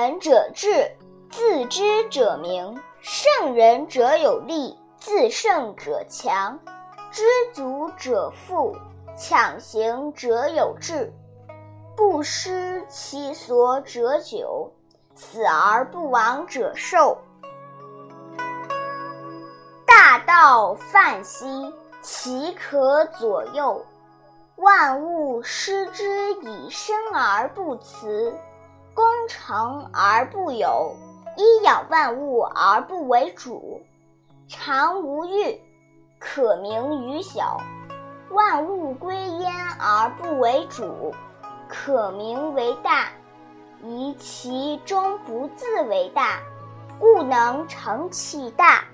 人者智，自知者明；胜人者有力，自胜者强；知足者富，强行者有志；不失其所者久，死而不亡者寿。大道泛兮，其可左右；万物失之以生而不辞，功成而不有，医养万物而不为主。常无欲，可名于小；万物归焉而不为主，可名为大。宜其终不自为大，故能成其大。